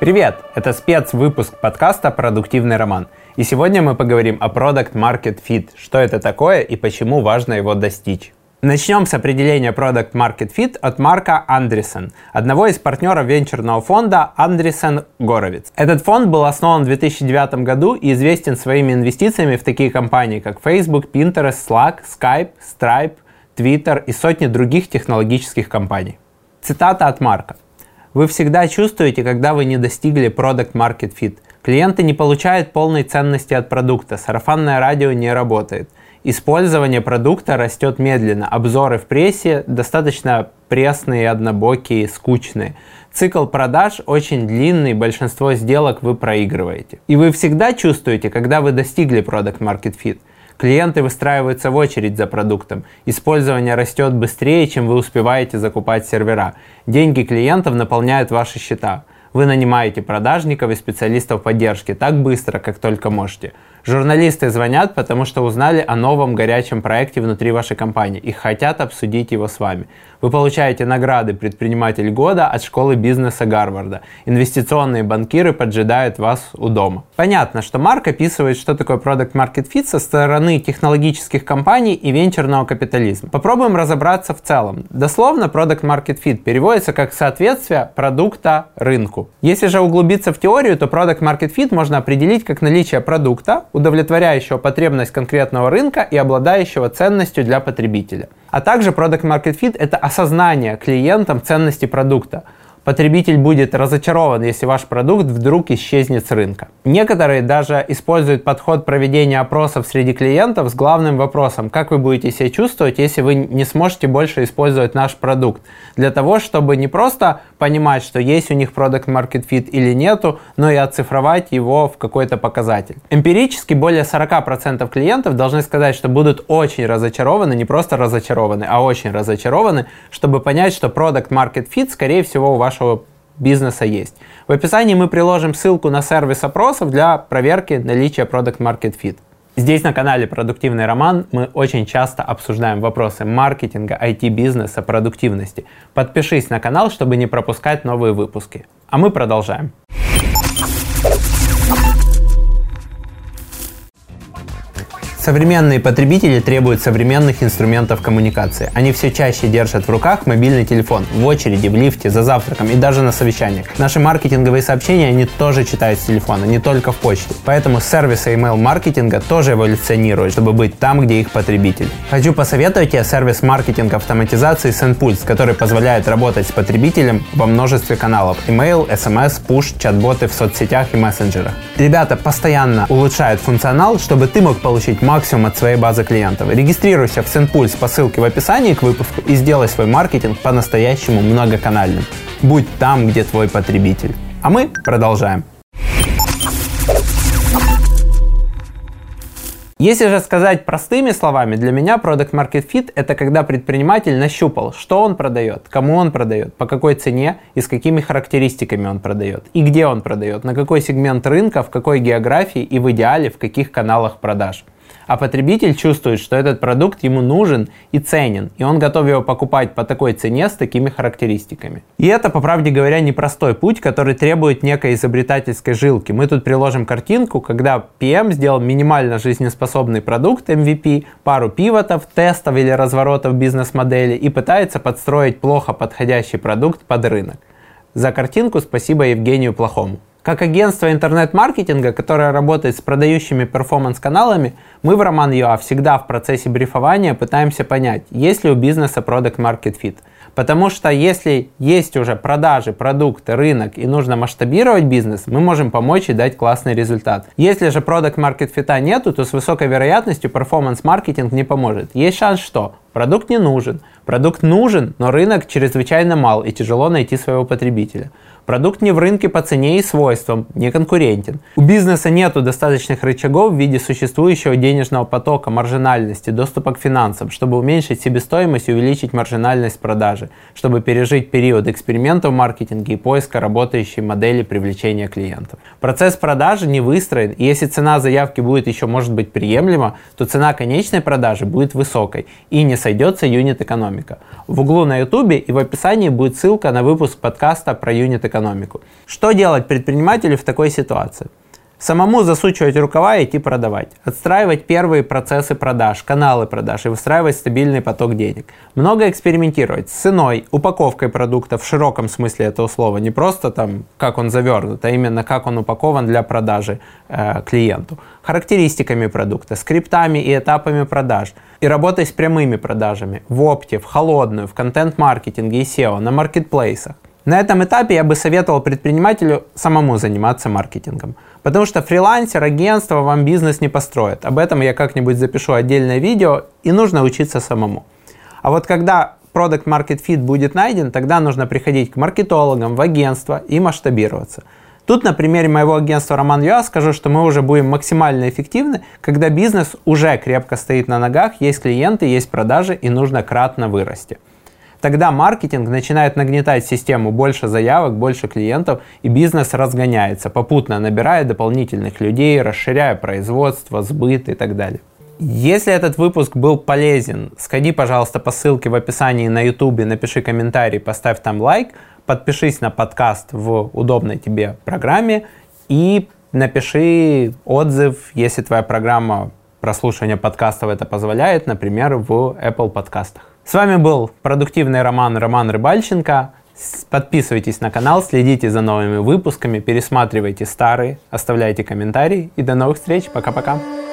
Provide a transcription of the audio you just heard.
Привет! Это спецвыпуск подкаста «Продуктивный роман». И сегодня мы поговорим о Product Market Fit, что это такое и почему важно его достичь. Начнем с определения Product Market Fit от Марка Андрессен, одного из партнеров венчурного фонда Andreessen Horowitz. Этот фонд был основан в 2009 году и известен своими инвестициями в такие компании, как Facebook, Pinterest, Slack, Skype, Stripe, Twitter и сотни других технологических компаний. Цитата от Марка. Вы всегда чувствуете, когда вы не достигли Product Market Fit. Клиенты не получают полной ценности от продукта, сарафанное радио не работает. Использование продукта растет медленно, обзоры в прессе достаточно пресные, однобокие, скучные. Цикл продаж очень длинный, большинство сделок вы проигрываете. И вы всегда чувствуете, когда вы достигли Product Market Fit. Клиенты выстраиваются в очередь за продуктом. Использование растет быстрее, чем вы успеваете закупать сервера. Деньги клиентов наполняют ваши счета. Вы нанимаете продажников и специалистов поддержки так быстро, как только можете. Журналисты звонят, потому что узнали о новом горячем проекте внутри вашей компании и хотят обсудить его с вами. Вы получаете награды «Предприниматель года» от школы бизнеса Гарварда. Инвестиционные банкиры поджидают вас у дома. Понятно, что Марк описывает, что такое Product Market Fit со стороны технологических компаний и венчурного капитализма. Попробуем разобраться в целом. Дословно Product Market Fit переводится как соответствие продукта рынку. Если же углубиться в теорию, то Product Market Fit можно определить как наличие продукта, удовлетворяющего потребность конкретного рынка и обладающего ценностью для потребителя. А также Product Market Fit – это осознание клиентам ценности продукта. Потребитель будет разочарован, если ваш продукт вдруг исчезнет с рынка. Некоторые даже используют подход проведения опросов среди клиентов с главным вопросом, как вы будете себя чувствовать, если вы не сможете больше использовать наш продукт. Для того, чтобы не просто понимать, что есть у них Product Market Fit или нету, но и оцифровать его в какой-то показатель. Эмпирически более 40% клиентов должны сказать, что будут очень разочарованы, не просто разочарованы, а очень разочарованы, чтобы понять, что Product Market Fit, скорее всего, у вашего бизнеса есть. В описании мы приложим ссылку на сервис опросов для проверки наличия Product Market Fit. Здесь на канале «Продуктивный роман» мы очень часто обсуждаем вопросы маркетинга, IT-бизнеса, продуктивности. Подпишись на канал, чтобы не пропускать новые выпуски. А мы продолжаем. Современные потребители требуют современных инструментов коммуникации. Они все чаще держат в руках мобильный телефон, в очереди, в лифте, за завтраком и даже на совещаниях. Наши маркетинговые сообщения они тоже читают с телефона, не только в почте. Поэтому сервисы email-маркетинга тоже эволюционируют, чтобы быть там, где их потребитель. Хочу посоветовать тебе сервис маркетинга автоматизации SendPulse, который позволяет работать с потребителем во множестве каналов. Email, SMS, push, чат-боты в соцсетях и мессенджерах. Ребята постоянно улучшают функционал, чтобы ты мог получить максимум от своей базы клиентов. Регистрируйся в SendPulse по ссылке в описании к выпуску и сделай свой маркетинг по-настоящему многоканальным. Будь там, где твой потребитель. А мы продолжаем. Если же сказать простыми словами, для меня Product Market Fit – это когда предприниматель нащупал, что он продает, кому он продает, по какой цене и с какими характеристиками он продает, и где он продает, на какой сегмент рынка, в какой географии и в идеале в каких каналах продаж. А потребитель чувствует, что этот продукт ему нужен и ценен, и он готов его покупать по такой цене с такими характеристиками. И это, по правде говоря, непростой путь, который требует некой изобретательской жилки. Мы тут приложим картинку, когда PM сделал минимально жизнеспособный продукт MVP, пару пивотов, тестов или разворотов бизнес-модели и пытается подстроить плохо подходящий продукт под рынок. За картинку спасибо Евгению Плохому. Как агентство интернет-маркетинга, которое работает с продающими перформанс-каналами, мы в Роман.ua всегда в процессе брифования пытаемся понять, есть ли у бизнеса Product Market Fit. Потому что если есть уже продажи, продукты, рынок и нужно масштабировать бизнес, мы можем помочь и дать классный результат. Если же Product Market Fit нету, то с высокой вероятностью перформанс-маркетинг не поможет. Есть шанс, что продукт не нужен, продукт нужен, но рынок чрезвычайно мал и тяжело найти своего потребителя. Продукт не в рынке по цене и свойствам, не конкурентен. У бизнеса нету достаточных рычагов в виде существующего денежного потока, маржинальности, доступа к финансам, чтобы уменьшить себестоимость и увеличить маржинальность продажи, чтобы пережить период экспериментов в маркетинге и поиска работающей модели привлечения клиентов. Процесс продажи не выстроен, и если цена заявки будет еще может быть приемлема, то цена конечной продажи будет высокой и не сойдется юнит-экономика. В углу на YouTube и в описании будет ссылка на выпуск подкаста про юнит-экономику, экономику. Что делать предпринимателю в такой ситуации? Самому засучивать рукава и идти продавать. Отстраивать первые процессы продаж, каналы продаж и выстраивать стабильный поток денег. Много экспериментировать с ценой, упаковкой продукта в широком смысле этого слова. Не просто там, как он завернут, а именно как он упакован для продажи клиенту. Характеристиками продукта, скриптами и этапами продаж. И работой с прямыми продажами в опте, в холодную, в контент-маркетинге и SEO, на маркетплейсах. На этом этапе я бы советовал предпринимателю самому заниматься маркетингом. Потому что фрилансер, агентство вам бизнес не построит. Об этом я как-нибудь запишу отдельное видео, и нужно учиться самому. А вот когда Product Market Fit будет найден, тогда нужно приходить к маркетологам, в агентство и масштабироваться. Тут на примере моего агентства Roman.ua скажу, что мы уже будем максимально эффективны, когда бизнес уже крепко стоит на ногах, есть клиенты, есть продажи и нужно кратно вырасти. Тогда маркетинг начинает нагнетать систему больше заявок, больше клиентов, и бизнес разгоняется, попутно набирая дополнительных людей, расширяя производство, сбыт и так далее. Если этот выпуск был полезен, сходи, пожалуйста, по ссылке в описании на YouTube, напиши комментарий, поставь там лайк, подпишись на подкаст в удобной тебе программе и напиши отзыв, если твоя программа прослушивания подкастов это позволяет, например, в Apple подкастах. С вами был продуктивный Роман Рыбальченко. Подписывайтесь на канал, следите за новыми выпусками, пересматривайте старые, оставляйте комментарии и до новых встреч. Пока-пока.